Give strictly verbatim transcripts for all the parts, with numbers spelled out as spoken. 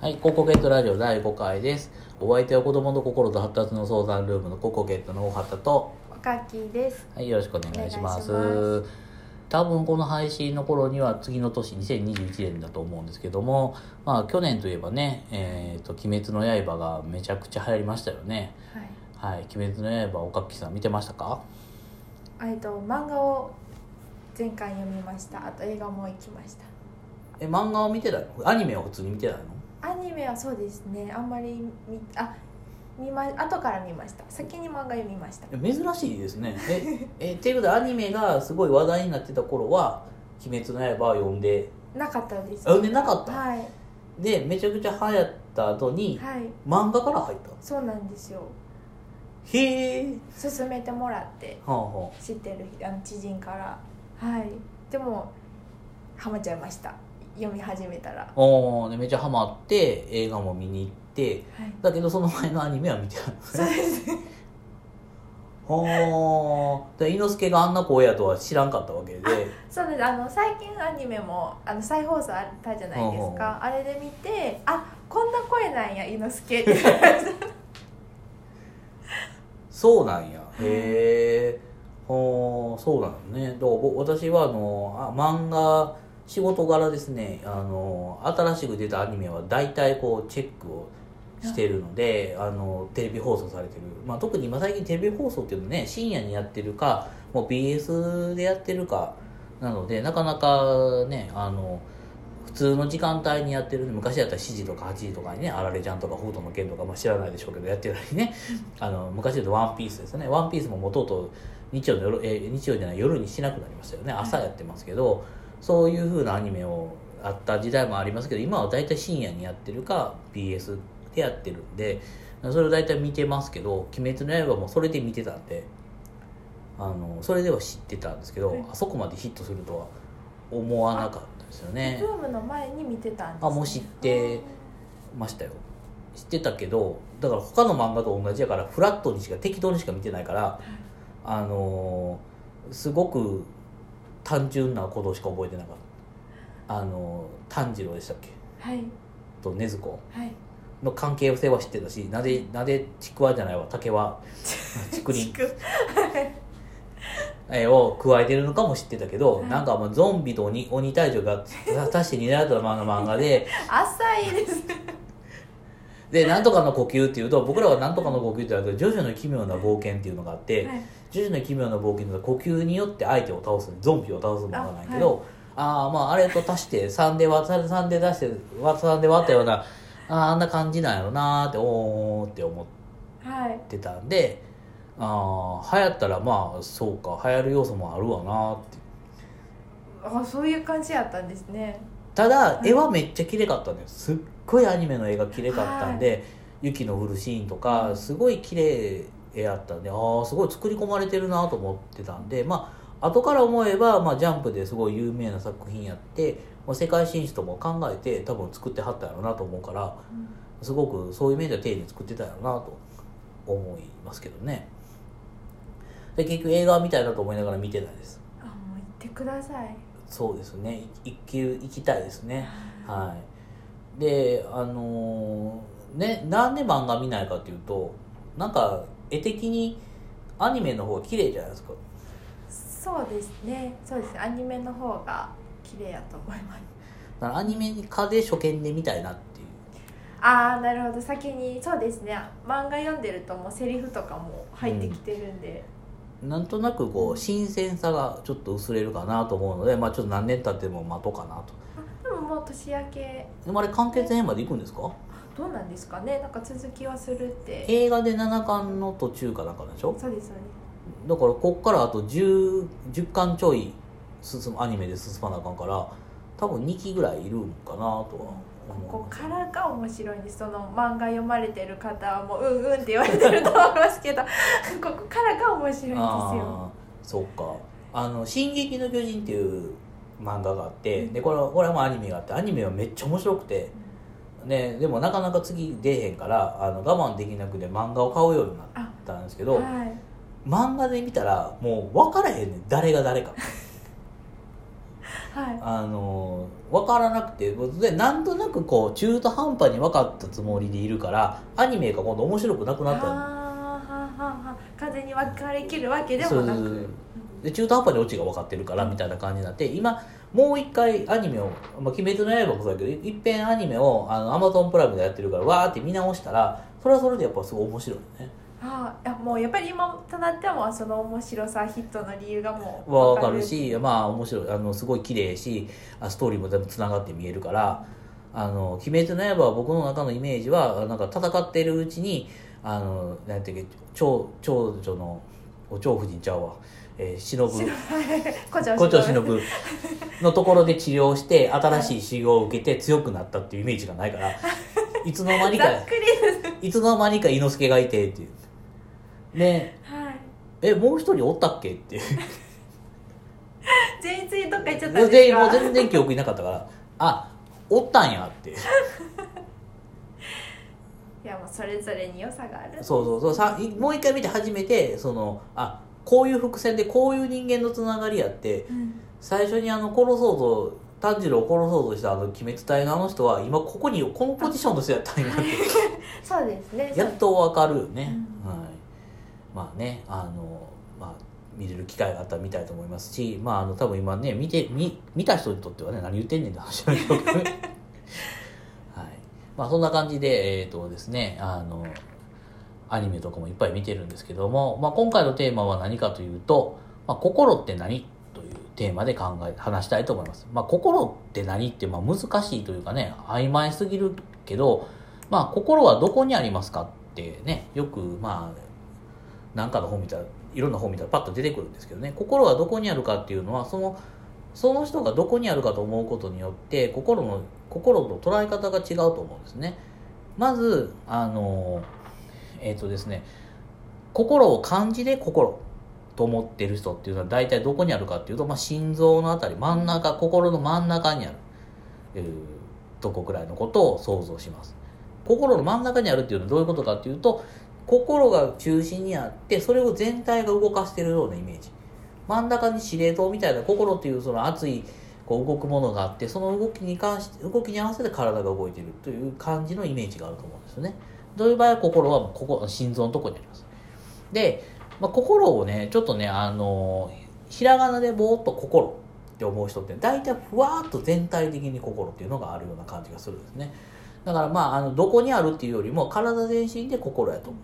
はい、ココケットラジオだいごかいです。お相手は子供の心と発達の相談ルームのココケットの大畑とおかきです。 はい、よろしくお願いします。 お願いします。 多分この配信の頃には次の年にせんにじゅういちねんだと思うんですけども、まあ去年といえばね、えーと鬼滅の刃がめちゃくちゃ流行りましたよね。 はい。 はい、鬼滅の刃おかきさん見てましたか？ えっと漫画を前回読みました。あと映画も行きました。 え、漫画を見てないの？アニメは普通に見てないの？ アニメはそうですね。あんまり見あ見ま後から見ました。先に漫画読みました。 珍しいですね。え、えっていうことでアニメがすごい話題になってた頃は鬼滅の刃を読んでなかったです。 読んでなかった。 はい。 でめちゃくちゃ流行った後に、 はい。 漫画から入った。 そうなんですよ。 へえ。 勧めてもらってはあは知ってるあの知人からはい。でもハマっちゃいました。読み始めたら。 あ。おーでめっちゃハマって映画も見に行って、 はい。 だけどその前のアニメは見てない。 そうですね。 はあ。で猪之助があんな声やとは知らんかったわけで。 そうです。あの最近アニメもあの再放送あったじゃないですか。あれで見て、あ、こんな声なんや猪之助って言われました。 そうなんや。へえ。はあ、そうなのね。だから僕私はあのあ漫画仕事柄ですね、あの新しく出たアニメは大体こうチェックをしてるので、あのテレビ放送されてる、まあ、特に今最近テレビ放送っていうのね、深夜にやってるかもう ビーエス でやってるかなので、なかなかね、あの普通の時間帯にやってる、昔だったらしちじとかはちじとかにね、あられちゃんとかフードの剣とか、まあ、知らないでしょうけどやってたりね、あの昔だとワンピースですね。ワンピースももともと日曜の夜、えー、日曜じゃない夜にしなくなりましたよね。朝やってますけど、そういう風なアニメをあった時代もありますけど、今は大体深夜にやってるか ビーエス でやってるんで、それを大体見てますけど、鬼滅の刃もそれで見てたんで、あのそれでは知ってたんですけど、はい、あそこまでヒットするとは思わなかったですよね。 ブームの前に見てたんですね。 あ、もう知ってましたよ。知ってたけど、だから他の漫画と同じやからフラットにしか適当にしか見てないから、はい、あのすごく単純なことしか覚えてなかった。あの炭治郎でしたっけ、はい、と禰豆子の関係性は知ってたし、なでなでちくわじゃないわ竹は竹林を加えてるのかも知ってたけど、はい、なんかもうゾンビと 鬼, 鬼退治が足して狙った漫画漫画で浅いですで、なんとかの呼吸っていうと、僕らはなんとかの呼吸って言われると、ジョジョの奇妙な冒険っていうのがあって、はい、ジョジョの奇妙な冒険の呼吸によって相手を倒す、ゾンビを倒すものなんやけど、あ、はい、あまああれと足してさんで割さんで出してさんで割ったような、ああんな感じなんやろなーっておーって思ってたんで、はい、あ流行ったらまあそうか、流行る要素もあるわなーって。 あ、そういう感じやったんですね。 ただ絵はめっちゃ綺麗かったんです。すっごいアニメの絵が綺麗かったんで、はい、雪の降るシーンとかすごい綺麗やったんで、ああすごい作り込まれてるなと思ってたんで、まあ後から思えば、まあ、ジャンプですごい有名な作品やって、まあ、世界進出とも考えて多分作ってはったやろうなと思うから、うん、すごくそういう面では丁寧に作ってたやろうなと思いますけどね。で結局映画みたいなと思いながら見てないです。 あ、もう行ってください。 そうですね、行き行きたいですね。はい。で、あのー、ね、なんで漫画見ないかっていうと、なんか絵的にアニメの方が綺麗じゃないですか。 そうですね。そうですね。アニメの方が綺麗やと思います。 だからアニメ化で初見で見たいなっていう。 ああ、なるほど。先にそうですね。漫画読んでるともうセリフとかも入ってきてるんで。うんなんとなくこう新鮮さがちょっと薄れるかなと思うので、まあちょっと何年経っても待とうかなと。 でももう年明けでもあれ完結編まで行くんですか？ どうなんですかね。なんか続きはするって映画でななかんの途中かなんかでしょ。 そうですそうです。 だからこっからあと 10, 10巻ちょい進むアニメで進まなあかんから、多分にきぐらいいるんかなとは思う。 ここからが面白いんです。その漫画読まれてる方はもううんうんって言われてると思いますけどここからが面白いんですよ。 あ、そうか。あの進撃の巨人っていう漫画があって、でこれこれはもうアニメがあって、アニメはめっちゃ面白くて、ね、でもなかなか次出えへんからあの我慢できなくて漫画を買うようになったんですけど、はい、漫画で見たらもう分からへんねん、誰が誰かはい、 あの分からなくてでなんとなくこう中途半端に分かったつもりでいるからアニメが今度面白くなくなったの。 完全に分かりきるわけでもなくで中途半端にオチが分かってるからみたいな感じになって今もう一回アニメを「まあ、鬼滅の刃」もそうだけどいっぺんアニメをあの Amazon プライムでやってるからわーって見直したらそれはそれでやっぱすごい面白いね。 ああ、もうやっぱり今となってはその面白さヒットの理由がもう分かるし、まあ面白いあのすごい綺麗しストーリーも全部つながって見えるから「あの鬼滅の刃」は僕の中のイメージはなんか戦ってるうちにあのなんていうか長長女のお長夫人ちゃうわ、えー、忍ぶ古城忍のところで治療して新しい修行を受けて強くなったっていうイメージがないからいつの間にかいつの間にか伊之助がいてっていうね、 はい、 えもう一人おったっけっていう全員次どっか行っちゃったんですか。 全員もう全然記憶いなかったからあおったんやっていやもうそれぞれに良さがある。 そうそうそうさもう一回見て初めてそのあこういう伏線でこういう人間のつながりやって、うん、最初にあの殺そうと炭治郎を殺そうとしたあの鬼滅隊のあの人は今ここにこのポジションの人やったんやってそうですねやっと分かるよね、 うん、 はい、まあねあのまあ見れる機会があったら見たいと思いますしまああの多分今ね見て 見, 見た人にとってはね何言ってんねんって話なんでしょうけどねはいまあそんな感じでえっ、ー、とですねあのアニメとかもいっぱい見てるんですけども、まあ、今回のテーマは何かというと、まあ、心って何というテーマで考え話したいと思います。まあ、心って何ってまあ難しいというかね曖昧すぎるけど、まあ、心はどこにありますかってねよくまあ何かの本見たらいろんな本見たらパッと出てくるんですけどね心はどこにあるかっていうのはそのその人がどこにあるかと思うことによって心の心の捉え方が違うと思うんですね。まずあのえっとですね心を漢字で心と思ってる人っていうのは大体どこにあるかっていうと、まあ、心臓のあたり真ん中心の真ん中にある、えー、とこくらいのことを想像します。心の真ん中にあるっていうのはどういうことかっていうと心が中心にあってそれを全体が動かしているようなイメージ。真ん中に司令塔みたいな心っていうその熱いこう動くものがあってその動きに関して動きに合わせて体が動いているという感じのイメージがあると思うんですよね。どういう場合は心はここ心臓のところにあります。で、まあ、心をねちょっとねあのひらがなでぼーっと心って思う人って大体ふわーっと全体的に心っていうのがあるような感じがするんですね。だからまああのどこにあるっていうよりも体全身で心やと思う。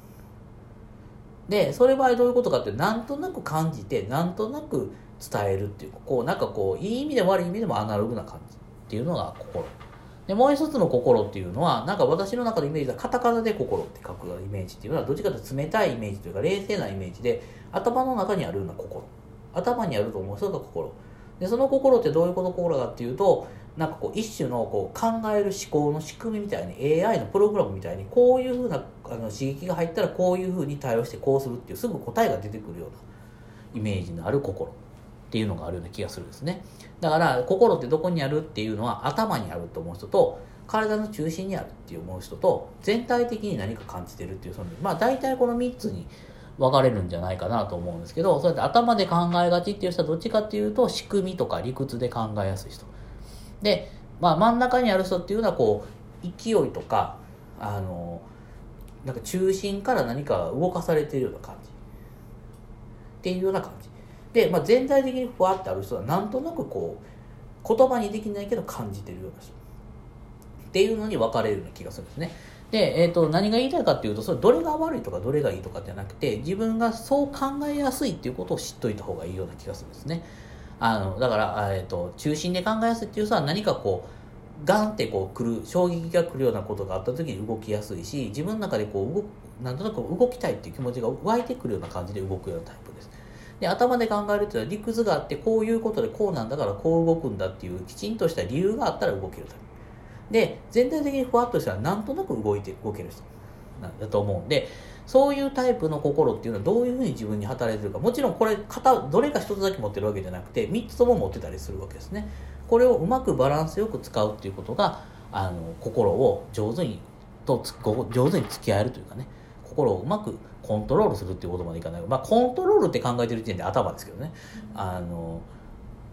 でそれ場合どういうことかってなんとなく感じてなんとなく伝えるっていうこうなんかこういい意味でも悪い意味でもアナログな感じっていうのが心でもう一つの心っていうのはなんか私の中のイメージはカタカナで心って書くイメージっていうのはどっちかというと冷たいイメージというか冷静なイメージで頭の中にあるような心頭にあると思う人が心でその心ってどういうこと心かっていうとなんかこう一種のこう考える思考の仕組みみたいに エーアイ のプログラムみたいにこういうふうなあの刺激が入ったらこういうふうに対応してこうするっていうすぐ答えが出てくるようなイメージのある心っていうのがあるような気がするんですね。だから心ってどこにあるっていうのは頭にあると思う人と体の中心にあるって思う人と全体的に何か感じてるっていうそのまあ大体このみっつに分かれるんじゃないかなと思うんですけどそうやって頭で考えがちっていう人はどっちかっていうと仕組みとか理屈で考えやすい人で、まあ、真ん中にある人っていうのはこう勢いとかあのなんか中心から何か動かされているような感じっていうような感じで、まあ、全体的にふわってある人はなんとなくこう言葉にできないけど感じてるような人っていうのに分かれるような気がするんですね。で、えーと、何が言いたいかっていうとそれどれが悪いとかどれがいいとかじゃなくて自分がそう考えやすいっていうことを知っといた方がいいような気がするんですね。あのだから、えーと、中心で考えやすいっていう人は何かこうガンってこう来る衝撃が来るようなことがあった時に動きやすいし自分の中でこう動くなんとなく動きたいっていう気持ちが湧いてくるような感じで動くようなタイプです。で頭で考えるっていうのは理屈があってこういうことでこうなんだからこう動くんだっていうきちんとした理由があったら動けるタイプで全体的にふわっとしたらなんとなく動いて動ける人なんだと思うんでそういうタイプの心っていうのはどういうふうに自分に働いてるかもちろんこれ片どれか一つだけ持ってるわけじゃなくてみっつとも持ってたりするわけですね。これをうまくバランスよく使うっていうことがあの心を上手にと上手に付き合えるというかね心をうまくコントロールするっていうことまでいかない、まあ、コントロールって考えてる時点で頭ですけどねあの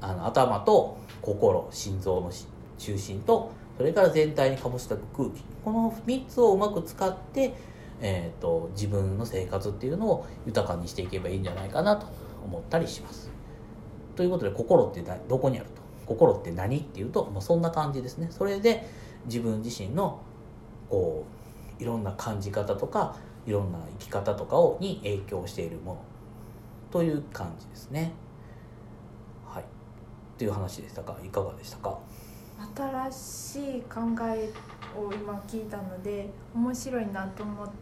あの頭と心、心臓の中心と、それから全体に醸し出す空気、このみっつをうまく使って、えー、と自分の生活っていうのを豊かにしていけばいいんじゃないかなと思ったりします。ということで、心ってどこにあると、心って何っていうと、まあ、そんな感じですね。それで自分自身のこういろんな感じ方とか、いろんな生き方とかをに影響しているものという感じですね。はい。という話でしたが、いかがでしたか？ 新しい考えを今聞いたので面白いなと思って、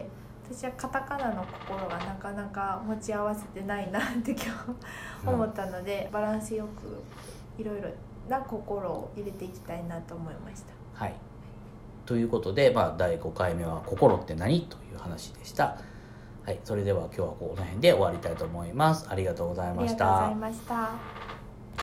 私はカタカナの心がなかなか持ち合わせてないなって今日思ったので、うん、バランスよくいろいろな心を入れていきたいなと思いました。 はい。ということで、まあ、だいごかいめは心って何という話でした。はい。それでは今日はこの辺で終わりたいと思います。ありがとうございました。 ありがとうございました。